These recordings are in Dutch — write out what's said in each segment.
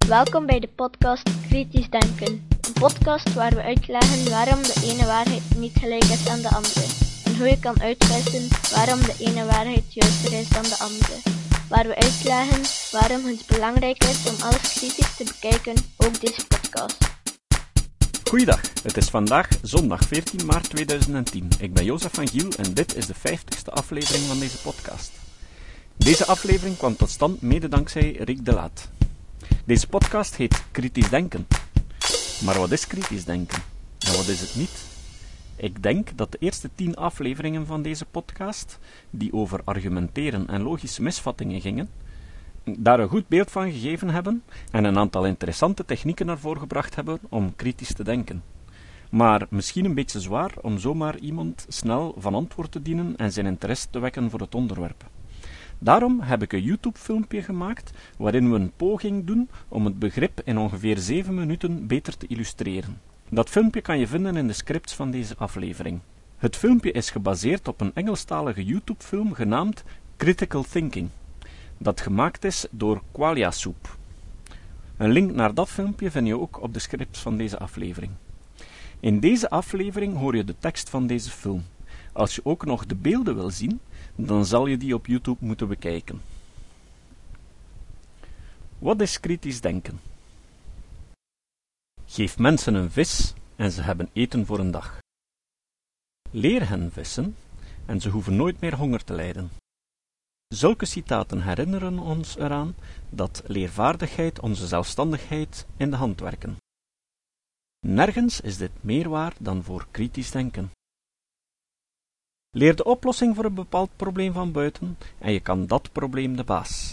Welkom bij de podcast Kritisch Denken. Een podcast waar we uitleggen waarom de ene waarheid niet gelijk is aan de andere. En hoe je kan uitvissen waarom de ene waarheid juister is dan de andere. Waar we uitleggen waarom het belangrijk is om alles kritisch te bekijken, ook deze podcast. Goeiedag, het is vandaag zondag 14 maart 2010. Ik ben Jozef van Giel en dit is de 50ste aflevering van deze podcast. Deze aflevering kwam tot stand mede dankzij Rick de Laat. Deze podcast heet Kritisch Denken. Maar wat is kritisch denken? En wat is het niet? Ik denk dat de eerste 10 afleveringen van deze podcast, die over argumenteren en logische misvattingen gingen, daar een goed beeld van gegeven hebben en een aantal interessante technieken naar voren gebracht hebben om kritisch te denken. Maar misschien een beetje zwaar om zomaar iemand snel van antwoord te dienen en zijn interesse te wekken voor het onderwerp. Daarom heb ik een YouTube-filmpje gemaakt waarin we een poging doen om het begrip in ongeveer 7 minuten beter te illustreren. Dat filmpje kan je vinden in de scripts van deze aflevering. Het filmpje is gebaseerd op een Engelstalige YouTube-film genaamd Critical Thinking, dat gemaakt is door Qualia Soup. Een link naar dat filmpje vind je ook op de scripts van deze aflevering. In deze aflevering hoor je de tekst van deze film. Als je ook nog de beelden wil zien, dan zal je die op YouTube moeten bekijken. Wat is kritisch denken? Geef mensen een vis en ze hebben eten voor een dag. Leer hen vissen en ze hoeven nooit meer honger te lijden. Zulke citaten herinneren ons eraan dat leervaardigheid onze zelfstandigheid in de hand werken. Nergens is dit meer waar dan voor kritisch denken. Leer de oplossing voor een bepaald probleem van buiten en je kan dat probleem de baas.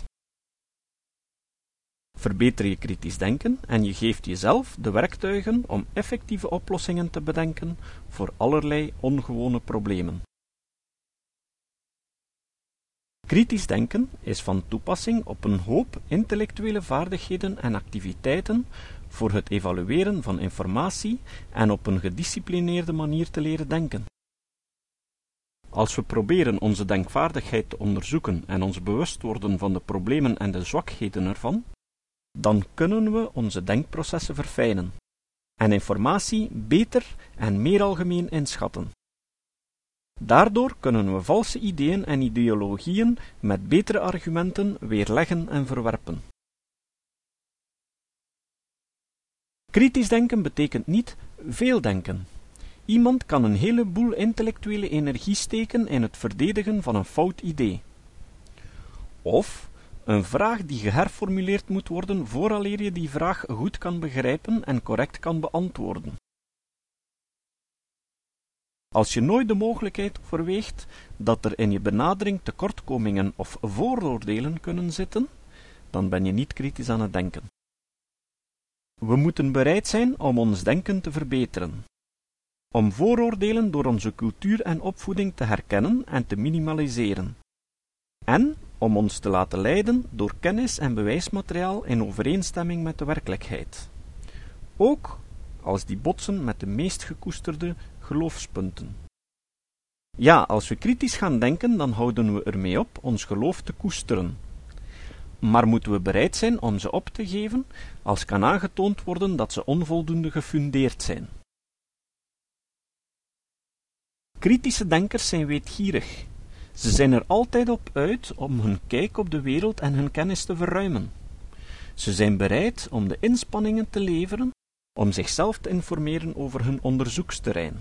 Verbeter je kritisch denken en je geeft jezelf de werktuigen om effectieve oplossingen te bedenken voor allerlei ongewone problemen. Kritisch denken is van toepassing op een hoop intellectuele vaardigheden en activiteiten voor het evalueren van informatie en op een gedisciplineerde manier te leren denken. Als we proberen onze denkvaardigheid te onderzoeken en ons bewust worden van de problemen en de zwakheden ervan, dan kunnen we onze denkprocessen verfijnen en informatie beter en meer algemeen inschatten. Daardoor kunnen we valse ideeën en ideologieën met betere argumenten weerleggen en verwerpen. Kritisch denken betekent niet veel denken. Iemand kan een heleboel intellectuele energie steken in het verdedigen van een fout idee. Of een vraag die geherformuleerd moet worden vooraleer je die vraag goed kan begrijpen en correct kan beantwoorden. Als je nooit de mogelijkheid overweegt dat er in je benadering tekortkomingen of vooroordelen kunnen zitten, dan ben je niet kritisch aan het denken. We moeten bereid zijn om ons denken te verbeteren. Om vooroordelen door onze cultuur en opvoeding te herkennen en te minimaliseren. En om ons te laten leiden door kennis en bewijsmateriaal in overeenstemming met de werkelijkheid. Ook als die botsen met de meest gekoesterde geloofspunten. Ja, als we kritisch gaan denken, dan houden we ermee op ons geloof te koesteren. Maar moeten we bereid zijn om ze op te geven als kan aangetoond worden dat ze onvoldoende gefundeerd zijn. Kritische denkers zijn weetgierig. Ze zijn er altijd op uit om hun kijk op de wereld en hun kennis te verruimen. Ze zijn bereid om de inspanningen te leveren om zichzelf te informeren over hun onderzoeksterrein.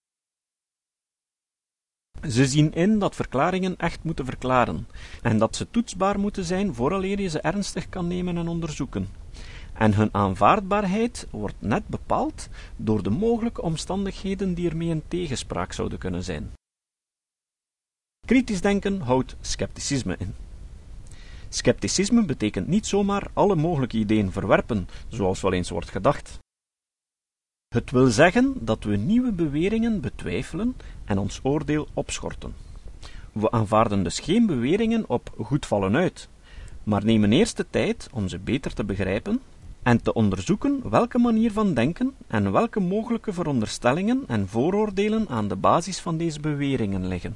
Ze zien in dat verklaringen echt moeten verklaren en dat ze toetsbaar moeten zijn vooraleer je ze ernstig kan nemen en onderzoeken. En hun aanvaardbaarheid wordt net bepaald door de mogelijke omstandigheden die ermee in tegenspraak zouden kunnen zijn. Kritisch denken houdt scepticisme in. Scepticisme betekent niet zomaar alle mogelijke ideeën verwerpen, zoals wel eens wordt gedacht. Het wil zeggen dat we nieuwe beweringen betwijfelen en ons oordeel opschorten. We aanvaarden dus geen beweringen op goed vallen uit, maar nemen eerst de tijd om ze beter te begrijpen en te onderzoeken welke manier van denken en welke mogelijke veronderstellingen en vooroordelen aan de basis van deze beweringen liggen.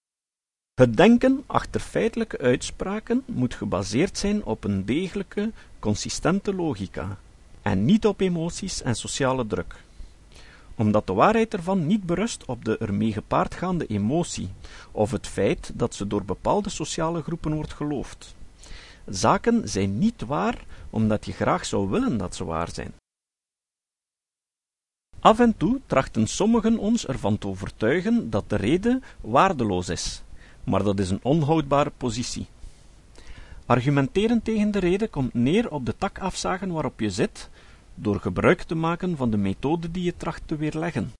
Het denken achter feitelijke uitspraken moet gebaseerd zijn op een degelijke, consistente logica en niet op emoties en sociale druk. Omdat de waarheid ervan niet berust op de ermee gepaard gaande emotie of het feit dat ze door bepaalde sociale groepen wordt geloofd. Zaken zijn niet waar omdat je graag zou willen dat ze waar zijn. Af en toe trachten sommigen ons ervan te overtuigen dat de rede waardeloos is, maar dat is een onhoudbare positie. Argumenteren tegen de rede komt neer op de tak afzagen waarop je zit, door gebruik te maken van de methode die je tracht te weerleggen.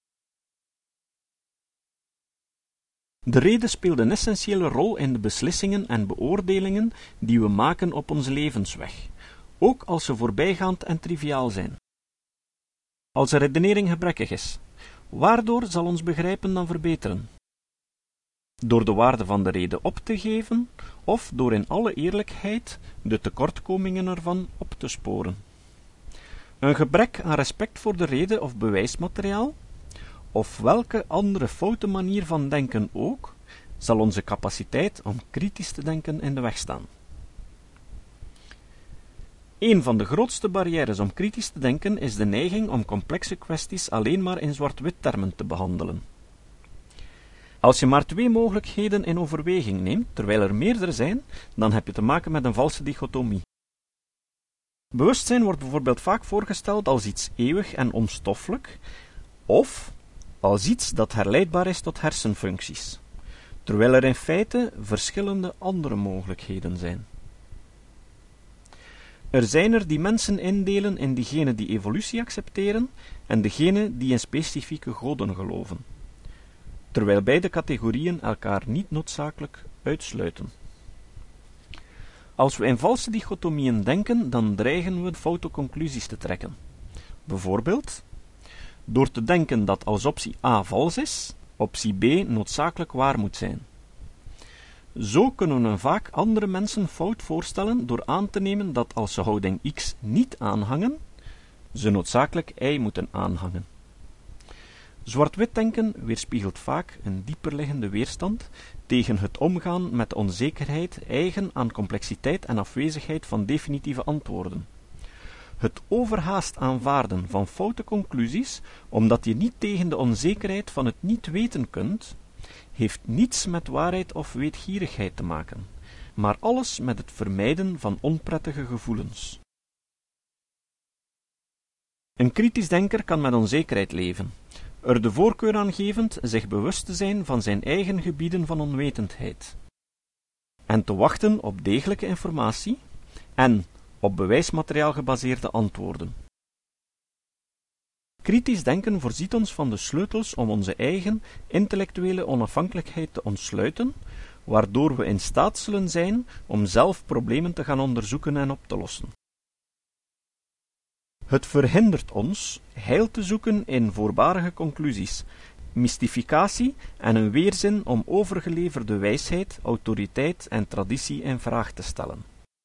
De rede speelt een essentiële rol in de beslissingen en beoordelingen die we maken op onze levensweg, ook als ze voorbijgaand en triviaal zijn. Als een redenering gebrekkig is, waardoor zal ons begrijpen dan verbeteren? Door de waarde van de rede op te geven, of door in alle eerlijkheid de tekortkomingen ervan op te sporen? Een gebrek aan respect voor de rede of bewijsmateriaal, of welke andere foute manier van denken ook, zal onze capaciteit om kritisch te denken in de weg staan. Een van de grootste barrières om kritisch te denken is de neiging om complexe kwesties alleen maar in zwart-wit termen te behandelen. Als je maar 2 mogelijkheden in overweging neemt, terwijl er meerdere zijn, dan heb je te maken met een valse dichotomie. Bewustzijn wordt bijvoorbeeld vaak voorgesteld als iets eeuwig en onstoffelijk, of als iets dat herleidbaar is tot hersenfuncties, terwijl er in feite verschillende andere mogelijkheden zijn. Er zijn er die mensen indelen in diegenen die evolutie accepteren en degenen die in specifieke goden geloven, terwijl beide categorieën elkaar niet noodzakelijk uitsluiten. Als we in valse dichotomieën denken, dan dreigen we foute conclusies te trekken. Bijvoorbeeld, door te denken dat als optie A vals is, optie B noodzakelijk waar moet zijn. Zo kunnen we vaak andere mensen fout voorstellen door aan te nemen dat als ze houding X niet aanhangen, ze noodzakelijk Y moeten aanhangen. Zwart-wit denken weerspiegelt vaak een dieperliggende weerstand tegen het omgaan met de onzekerheid eigen aan complexiteit en afwezigheid van definitieve antwoorden. Het overhaast aanvaarden van foute conclusies, omdat je niet tegen de onzekerheid van het niet weten kunt, heeft niets met waarheid of weetgierigheid te maken, maar alles met het vermijden van onprettige gevoelens. Een kritisch denker kan met onzekerheid leven, er de voorkeur aan gevend zich bewust te zijn van zijn eigen gebieden van onwetendheid, en te wachten op degelijke informatie en op bewijsmateriaal gebaseerde antwoorden. Kritisch denken voorziet ons van de sleutels om onze eigen intellectuele onafhankelijkheid te ontsluiten, waardoor we in staat zullen zijn om zelf problemen te gaan onderzoeken en op te lossen. Het verhindert ons heil te zoeken in voorbarige conclusies, mystificatie en een weerzin om overgeleverde wijsheid, autoriteit en traditie in vraag te stellen.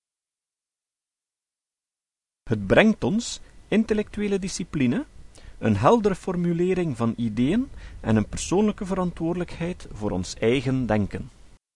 Het brengt ons intellectuele discipline, een heldere formulering van ideeën en een persoonlijke verantwoordelijkheid voor ons eigen denken.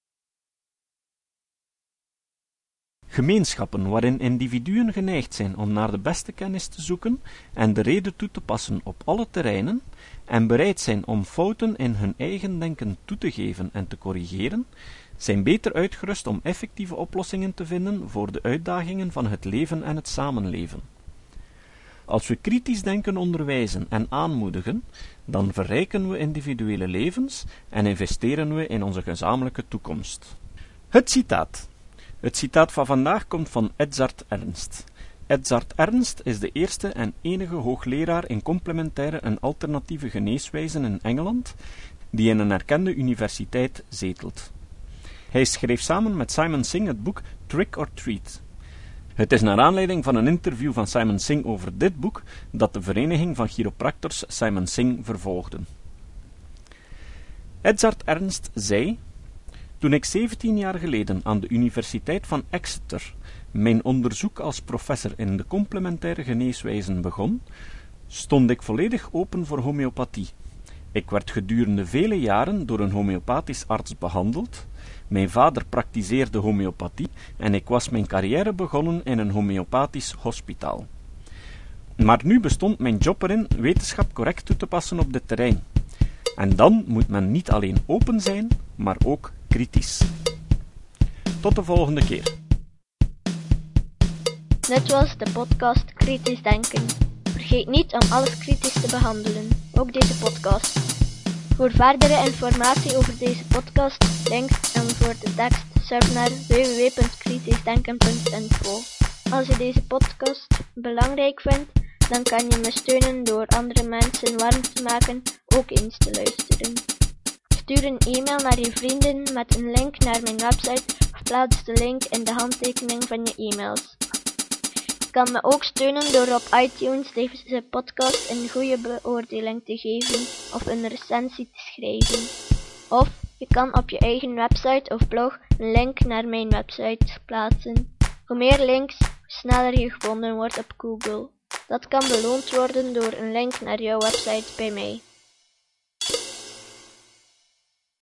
Gemeenschappen waarin individuen geneigd zijn om naar de beste kennis te zoeken en de rede toe te passen op alle terreinen en bereid zijn om fouten in hun eigen denken toe te geven en te corrigeren, zijn beter uitgerust om effectieve oplossingen te vinden voor de uitdagingen van het leven en het samenleven. Als we kritisch denken onderwijzen en aanmoedigen, dan verrijken we individuele levens en investeren we in onze gezamenlijke toekomst. Het citaat. Het citaat van vandaag komt van Edzard Ernst. Edzard Ernst is de eerste en enige hoogleraar in complementaire en alternatieve geneeswijzen in Engeland, die in een erkende universiteit zetelt. Hij schreef samen met Simon Singh het boek Trick or Treat. Het is naar aanleiding van een interview van Simon Singh over dit boek dat de Vereniging van Chiropractors Simon Singh vervolgde. Edzard Ernst zei: toen ik 17 jaar geleden aan de Universiteit van Exeter mijn onderzoek als professor in de complementaire geneeswijzen begon, stond ik volledig open voor homeopathie. Ik werd gedurende vele jaren door een homeopathisch arts behandeld, Mijn vader praktiseerde homeopathie en ik was mijn carrière begonnen in een homeopathisch hospitaal. Maar nu bestond mijn job erin wetenschap correct toe te passen op dit terrein. En dan moet men niet alleen open zijn, maar ook kritisch. Tot de volgende keer. Dit was de podcast Kritisch Denken. Vergeet niet om alles kritisch te behandelen, ook deze podcast. Voor verdere informatie over deze podcast, links en voor de tekst, surf naar www.kritischdenken.info. Als je deze podcast belangrijk vindt, dan kan je me steunen door andere mensen warm te maken ook eens te luisteren. Stuur een e-mail naar je vrienden met een link naar mijn website of plaats de link in de handtekening van je e-mails. Je kan me ook steunen door op iTunes deze podcast een goede beoordeling te geven of een recensie te schrijven. Of je kan op je eigen website of blog een link naar mijn website plaatsen. Hoe meer links, hoe sneller je gevonden wordt op Google. Dat kan beloond worden door een link naar jouw website bij mij.